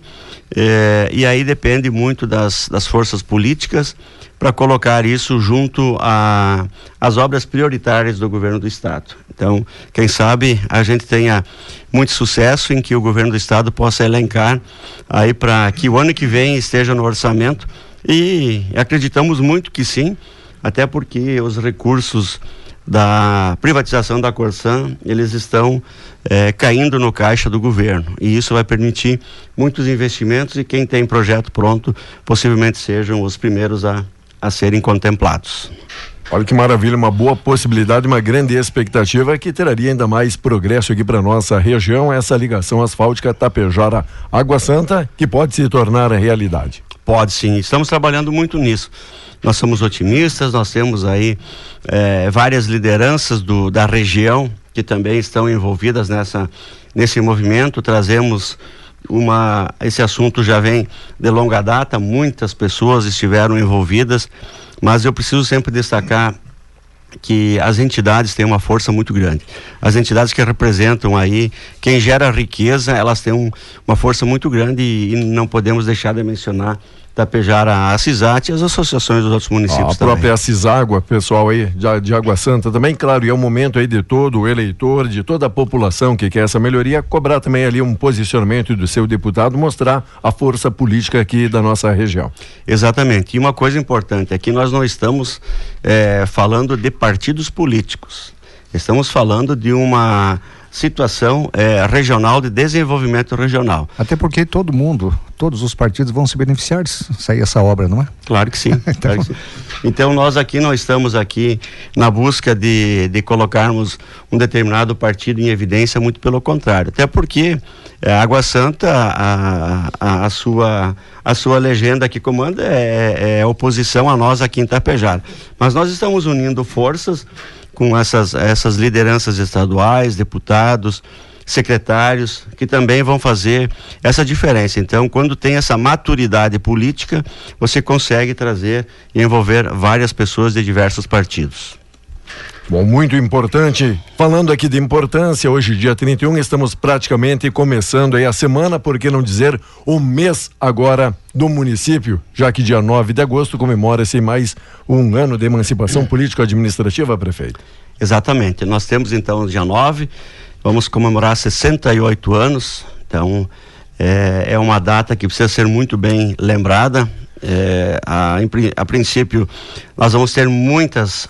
H: e aí depende muito das forças políticas para colocar isso junto às obras prioritárias do governo do estado. Então, quem sabe a gente tenha muito sucesso em que o governo do estado possa elencar aí para que o ano que vem esteja no orçamento, e acreditamos muito que sim, até porque os recursos da privatização da Corsan, eles estão caindo no caixa do governo, e isso vai permitir muitos investimentos, e quem tem projeto pronto possivelmente sejam os primeiros a serem contemplados.
F: Olha que maravilha, uma boa possibilidade, uma grande expectativa que traria ainda mais progresso aqui para nossa região, essa ligação asfáltica Tapejara-Água Santa, que pode se tornar realidade.
H: Pode sim, estamos trabalhando muito nisso. Nós somos otimistas, nós temos aí várias lideranças da região que também estão envolvidas nesse movimento. Trazemos esse assunto já vem de longa data, muitas pessoas estiveram envolvidas, mas eu preciso sempre destacar que as entidades têm uma força muito grande. As entidades que representam aí quem gera riqueza, elas têm uma força muito grande, e não podemos deixar de mencionar Tapejara, a CISAT e as associações dos outros municípios
F: também. A própria Ciságua, pessoal aí de Água Santa também, claro, e é o momento aí de todo o eleitor, de toda a população que quer essa melhoria, cobrar também ali um posicionamento do seu deputado, mostrar a força política aqui da nossa região.
H: Exatamente, e uma coisa importante é que nós não estamos falando de partidos políticos, estamos falando de uma situação regional, de desenvolvimento regional.
G: Até porque todos os partidos vão se beneficiar de sair essa obra, não é?
H: Claro que sim. Claro que sim. Então nós aqui não estamos aqui na busca de colocarmos um determinado partido em evidência, muito pelo contrário. Até porque Água Santa, a sua legenda que comanda é oposição a nós aqui em Tapejara. Mas nós estamos unindo forças com essas lideranças estaduais, deputados, secretários, que também vão fazer essa diferença. Então, quando tem essa maturidade política, você consegue trazer e envolver várias pessoas de diversos partidos.
F: Bom, muito importante. Falando aqui de importância, hoje, dia 31, estamos praticamente começando aí a semana, por que não dizer o mês agora do município, já que dia 9 de agosto comemora-se mais um ano de emancipação político-administrativa, prefeito.
H: Exatamente. Nós temos então dia 9, vamos comemorar 68 anos, então é uma data que precisa ser muito bem lembrada. A princípio nós vamos ter muitos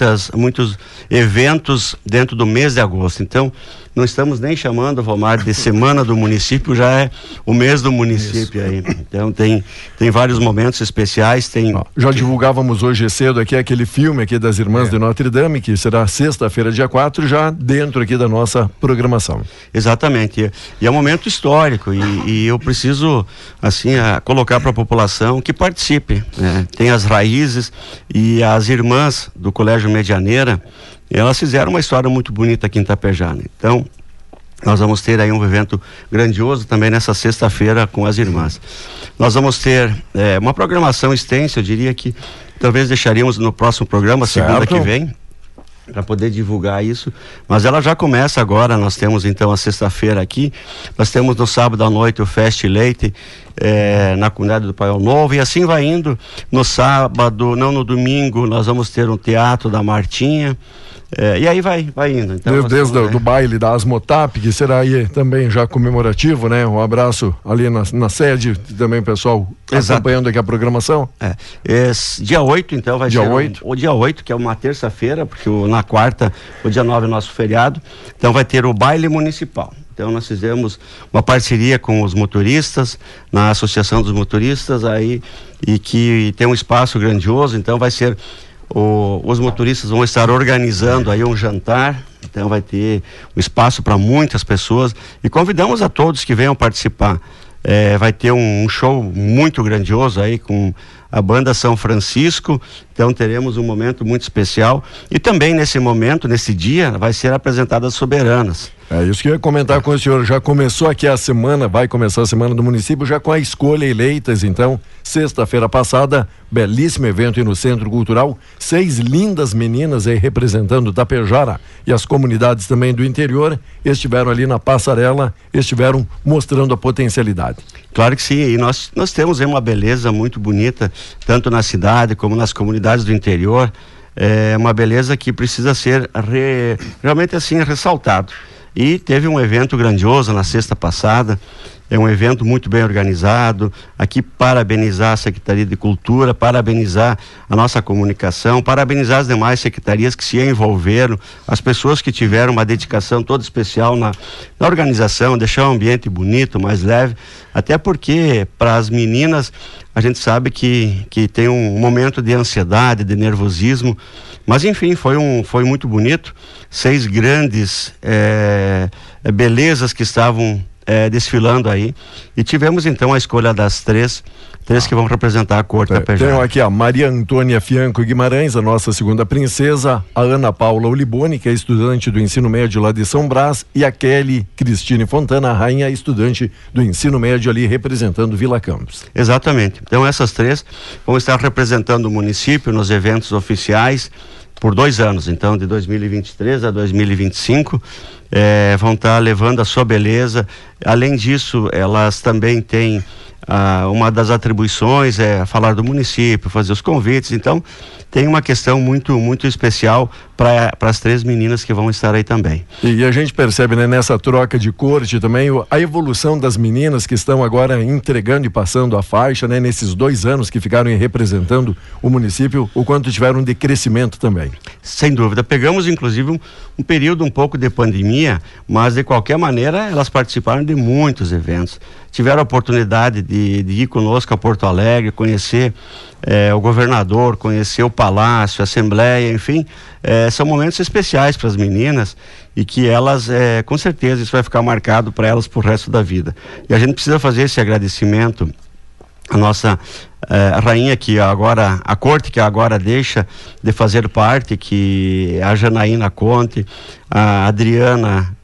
H: eventos dentro do mês de agosto, então não estamos nem chamando, Vomar, de semana do município, já é o mês do município. Isso. Aí, então tem vários momentos especiais.
F: Já divulgávamos hoje cedo aqui aquele filme aqui das Irmãs de Notre Dame, que será sexta-feira, dia 4, já dentro aqui da nossa programação.
H: Exatamente, e é um momento histórico, e eu preciso assim colocar para a população que participe, né? Tem as raízes, e as irmãs do Colégio Medianeira, elas fizeram uma história muito bonita aqui em Tapejara. Então, nós vamos ter aí um evento grandioso também nessa sexta-feira com as irmãs. Nós vamos ter uma programação extensa, eu diria que talvez deixaríamos no próximo programa, segunda que vem, para poder divulgar isso, mas ela já começa agora. Nós temos então a sexta-feira aqui, nós temos no sábado à noite o Fest Leite na comunidade do Paiol Novo, e assim vai indo. No sábado, não, no domingo, nós vamos ter um teatro da Martinha, e aí vai indo. Então,
F: desde o baile da Asmotap, que será aí também já comemorativo, né? Um abraço ali na sede, também o pessoal acompanhando aqui a programação.
H: Dia 8, então, vai
F: dia
H: ser
F: 8.
H: O dia 8, que é uma terça-feira, porque na quarta, o dia 9 é nosso feriado, então vai ter o baile municipal. Então nós fizemos uma parceria com os motoristas, na Associação dos Motoristas aí, e que tem um espaço grandioso. Então vai ser os motoristas vão estar organizando aí um jantar, então vai ter um espaço para muitas pessoas, e convidamos a todos que venham participar. Vai ter um show muito grandioso aí com a banda São Francisco, então teremos um momento muito especial, e também nesse momento, nesse dia, vai ser apresentadas soberanas.
F: É isso que eu ia comentar com o senhor. Já começou aqui a semana, vai começar a semana do município já com a escolha eleitas. Então, sexta-feira passada, belíssimo evento aí no Centro Cultural, 6 lindas meninas aí representando Tapejara e as comunidades também do interior estiveram ali na passarela, estiveram mostrando a potencialidade.
H: Claro que sim, e nós temos aí uma beleza muito bonita, tanto na cidade como nas comunidades do interior. É uma beleza que precisa ser realmente assim ressaltado. E teve um evento grandioso na sexta passada, É um evento muito bem organizado. Aqui parabenizar a Secretaria de Cultura, parabenizar a nossa comunicação, parabenizar as demais secretarias que se envolveram, as pessoas que tiveram uma dedicação toda especial na organização, deixar o ambiente bonito, mais leve, até porque para as meninas a gente sabe que tem um momento de ansiedade, de nervosismo, mas enfim, foi muito bonito. 6 grandes belezas que estavam desfilando aí, e tivemos então a escolha das três que vão representar a corte tapejara.
F: Tenho aqui a Maria Antônia Fianco Guimarães, a nossa segunda princesa, a Ana Paula Oliboni, que é estudante do ensino médio lá de São Brás, e a Kelly Cristine Fontana, a rainha estudante do ensino médio ali representando Vila Campos.
H: Exatamente, então essas 3 vão estar representando o município nos eventos oficiais por 2 anos, então de 2023 a 2025, vão estar levando a sua beleza. Além disso, elas também têm uma das atribuições é falar do município, fazer os convites, então tem uma questão muito, muito especial para as 3 meninas que vão estar aí também.
F: E a gente percebe, né, nessa troca de corte também a evolução das meninas que estão agora entregando e passando a faixa, né, nesses 2 anos que ficaram representando o município, o quanto tiveram de crescimento também.
H: Sem dúvida, pegamos inclusive um período um pouco de pandemia, mas de qualquer maneira elas participaram de muitos eventos, tiveram a oportunidade de ir conosco a Porto Alegre, conhecer o governador, conhecer o Palácio, a Assembleia, enfim, são momentos especiais para as meninas e que elas, com certeza, isso vai ficar marcado para elas pro resto da vida. E a gente precisa fazer esse agradecimento à nossa rainha que agora, a corte que agora deixa de fazer parte, que é a Janaína Conte, a Adriana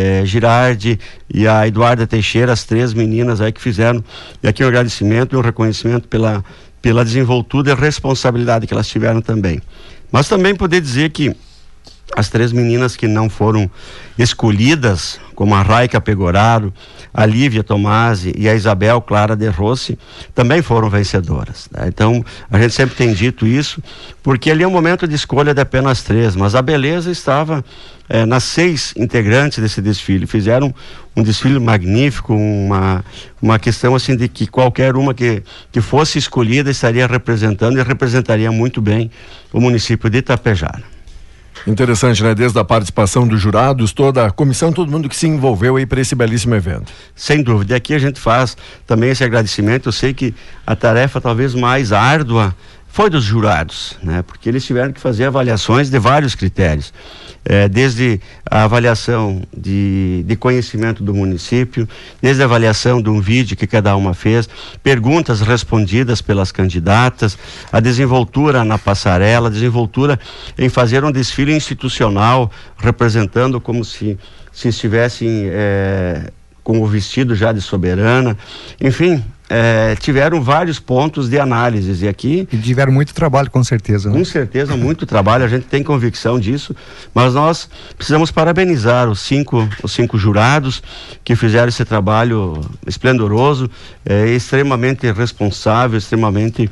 H: Girardi e a Eduarda Teixeira, as 3 meninas aí que fizeram, e aqui um agradecimento e um reconhecimento pela desenvoltura e responsabilidade que elas tiveram também. Mas também poder dizer que as 3 meninas que não foram escolhidas, como a Raica Pegoraro, a Lívia Tomasi e a Isabel Clara de Rossi, também foram vencedoras, tá? Então, a gente sempre tem dito isso, porque ali é um momento de escolha de apenas 3, mas a beleza estava nas 6 integrantes desse desfile. Fizeram um desfile magnífico, uma questão assim de que qualquer uma que fosse escolhida estaria representando e representaria muito bem o município de Itapejara.
F: Interessante, né? Desde a participação dos jurados, toda a comissão, todo mundo que se envolveu aí para esse belíssimo evento.
H: Sem dúvida. E aqui a gente faz também esse agradecimento. Eu sei que a tarefa talvez mais árdua foi dos jurados, né? Porque eles tiveram que fazer avaliações de vários critérios. Desde a avaliação de conhecimento do município, desde a avaliação de um vídeo que cada uma fez, perguntas respondidas pelas candidatas, a desenvoltura na passarela, a desenvoltura em fazer um desfile institucional, representando como se estivessem com o vestido já de soberana, enfim, tiveram vários pontos de análises e aqui...
G: E tiveram muito trabalho, com certeza, né?
H: Com certeza, muito trabalho, a gente tem convicção disso, mas nós precisamos parabenizar os cinco jurados que fizeram esse trabalho esplendoroso, extremamente responsável, extremamente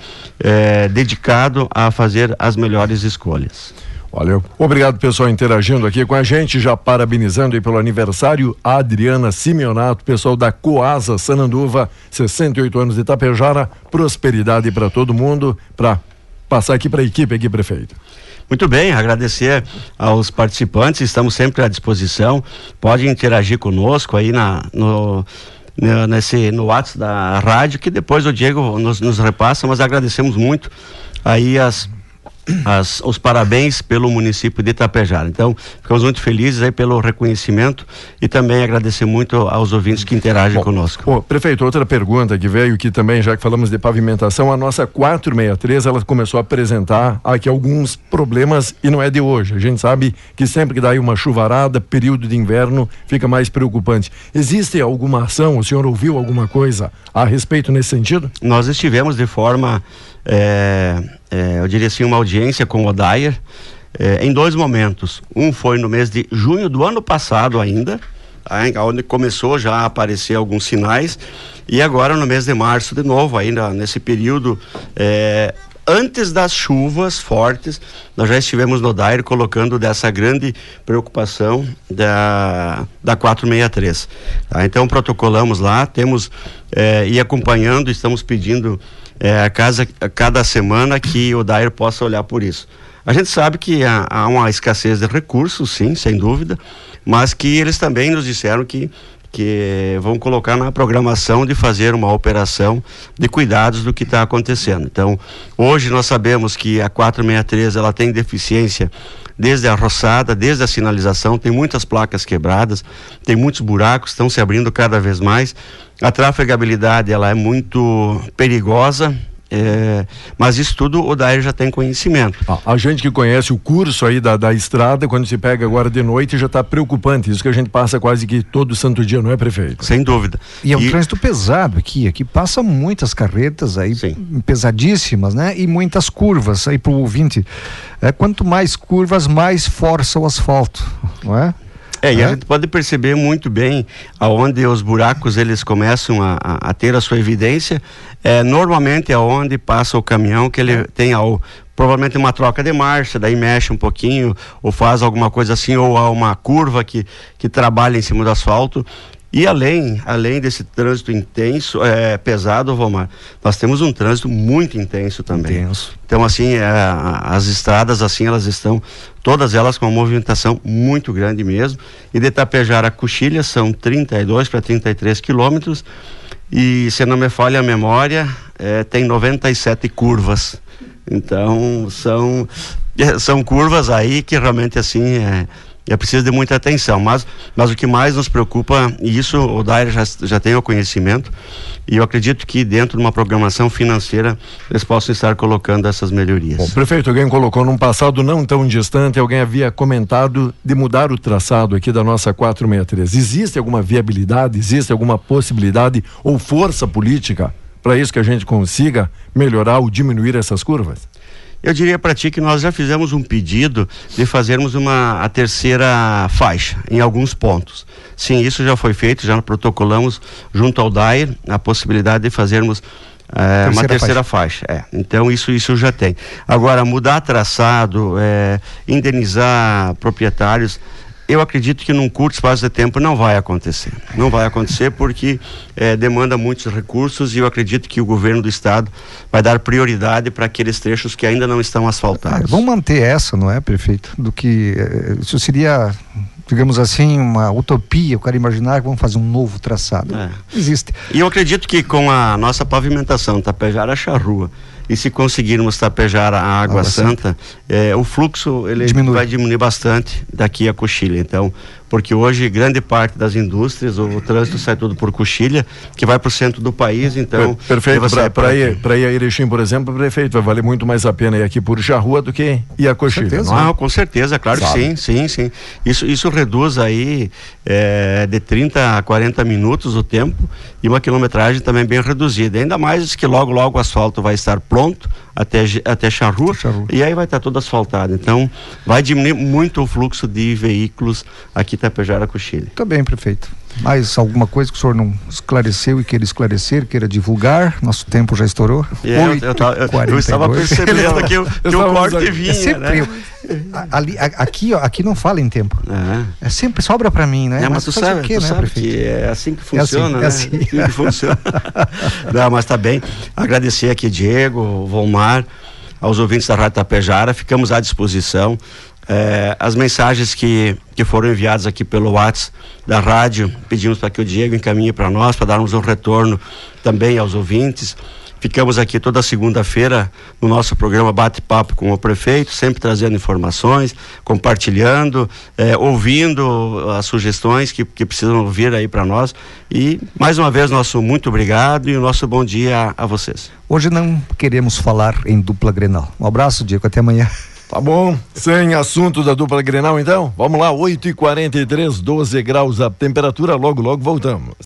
H: dedicado a fazer as melhores escolhas.
F: Olha, obrigado pessoal interagindo aqui com a gente, já parabenizando aí pelo aniversário a Adriana Simeonato, pessoal da Coasa Sananduva, 68 anos de Itapejara, prosperidade para todo mundo, para passar aqui para a equipe aqui, prefeito.
H: Muito bem, agradecer aos participantes, estamos sempre à disposição, pode interagir conosco aí no WhatsApp da rádio, que depois o Diego nos repassa, mas agradecemos muito aí os parabéns pelo município de Itapejara. Então, ficamos muito felizes aí pelo reconhecimento e também agradecer muito aos ouvintes que interagem conosco.
F: Prefeito, outra pergunta que veio aqui também, já que falamos de pavimentação, a nossa 463, ela começou a apresentar aqui alguns problemas e não é de hoje. A gente sabe que sempre que dá aí uma chuvarada, período de inverno, fica mais preocupante. Existe alguma ação, o senhor ouviu alguma coisa a respeito nesse sentido?
H: Nós estivemos de forma eu diria assim, uma audiência com o Dyer em 2 momentos. Um foi no mês de junho do ano passado ainda, onde começou já a aparecer alguns sinais, e agora no mês de março de novo, ainda nesse período antes das chuvas fortes, nós já estivemos no Dair colocando dessa grande preocupação da 463. Tá? Então protocolamos lá, temos e acompanhando, estamos pedindo a cada semana que o Dair possa olhar por isso. A gente sabe que há uma escassez de recursos, sim, sem dúvida, mas que eles também nos disseram que vão colocar na programação de fazer uma operação de cuidados do que está acontecendo. Então, hoje nós sabemos que a 463 ela tem deficiência desde a roçada, desde a sinalização, tem muitas placas quebradas, tem muitos buracos, estão se abrindo cada vez mais. A trafegabilidade ela é muito perigosa. Mas isso tudo o Dair já tem conhecimento.
F: A gente que conhece o curso aí da estrada, quando se pega agora de noite, já está preocupante. Isso que a gente passa quase que todo santo dia, não é, prefeito?
H: Sem dúvida.
G: E é um trânsito pesado aqui passa muitas carretas aí, pesadíssimas, né? E muitas curvas aí pro ouvinte. Quanto mais curvas, mais força o asfalto, não é?
H: E a gente pode perceber muito bem aonde os buracos eles começam a ter a sua evidência, normalmente aonde passa o caminhão, que ele tem provavelmente uma troca de marcha, daí mexe um pouquinho, ou faz alguma coisa assim, ou há uma curva que trabalha em cima do asfalto. E além desse trânsito intenso, pesado, Valmar, nós temos um trânsito muito intenso também. Então, assim, as estradas, assim, elas estão, todas elas com uma movimentação muito grande mesmo. E de Tapejara a Coxilha são 32 para 33 quilômetros. E, se não me falha a memória, tem 97 curvas. Então, são curvas aí que realmente, assim, precisa de muita atenção, mas o que mais nos preocupa, e isso o Dair já tem o conhecimento, e eu acredito que dentro de uma programação financeira eles possam estar colocando essas melhorias.
F: Bom, prefeito, alguém colocou num passado não tão distante, alguém havia comentado de mudar o traçado aqui da nossa 463. Existe alguma viabilidade, existe alguma possibilidade ou força política para isso, que a gente consiga melhorar ou diminuir essas curvas?
H: Eu diria para ti que nós já fizemos um pedido de fazermos a terceira faixa em alguns pontos. Sim, isso já foi feito, já protocolamos junto ao Dair a possibilidade de fazermos uma terceira faixa. Então isso já tem. Agora, mudar traçado, indenizar proprietários, eu acredito que num curto espaço de tempo não vai acontecer. Não vai acontecer porque demanda muitos recursos, e eu acredito que o governo do estado vai dar prioridade para aqueles trechos que ainda não estão asfaltados.
G: Vamos manter essa, não é, prefeito? Do que isso seria, digamos assim, uma utopia, eu quero imaginar que vamos fazer um novo traçado. Existe.
H: E eu acredito que com a nossa pavimentação Tapejara a Charrua, e se conseguirmos Tapejara a Água Santa, o fluxo ele vai diminuir bastante daqui a Coxilha. Então, porque hoje grande parte das indústrias, o trânsito sai tudo por Coxilha, que vai para o centro do país. Então,
F: perfeito. Para ir a Erechim, por exemplo, prefeito, vai valer muito mais a pena ir aqui por Charrua do que ir a Coxilha.
H: Com certeza, claro que sim. Isso reduz aí de 30 a 40 minutos o tempo, e uma quilometragem também bem reduzida. Ainda mais que logo o asfalto vai estar pronto até Charrua, e aí vai estar todo asfaltado. Então, vai diminuir muito o fluxo de veículos aqui em Tapejara Coxilha.
G: Tá bem, prefeito. Mais alguma coisa que o senhor não esclareceu e queira esclarecer, queira divulgar? Nosso tempo já estourou.
H: Eu estava percebendo que o corte vinha,
G: sempre
H: né?
G: Aqui não fala em tempo. Sempre sobra para mim, né?
H: Mas tu sabe que é assim que funciona, né? Assim que funciona. Não, mas tá bem. Agradecer aqui Diego, Volmar, aos ouvintes da Rádio Tapejara, ficamos à disposição. As mensagens que foram enviadas aqui pelo WhatsApp da rádio, pedimos para que o Diego encaminhe para nós, para darmos um retorno também aos ouvintes. Ficamos aqui toda segunda-feira no nosso programa Bate-Papo com o prefeito, sempre trazendo informações, compartilhando, ouvindo as sugestões que precisam vir aí para nós. E mais uma vez nosso muito obrigado e o nosso bom dia a vocês.
G: Hoje não queremos falar em dupla Grenal. Um abraço, Diego, até amanhã.
F: Tá bom, sem assunto da dupla Grenal então, vamos lá, 8h43, 12 graus a temperatura, logo voltamos.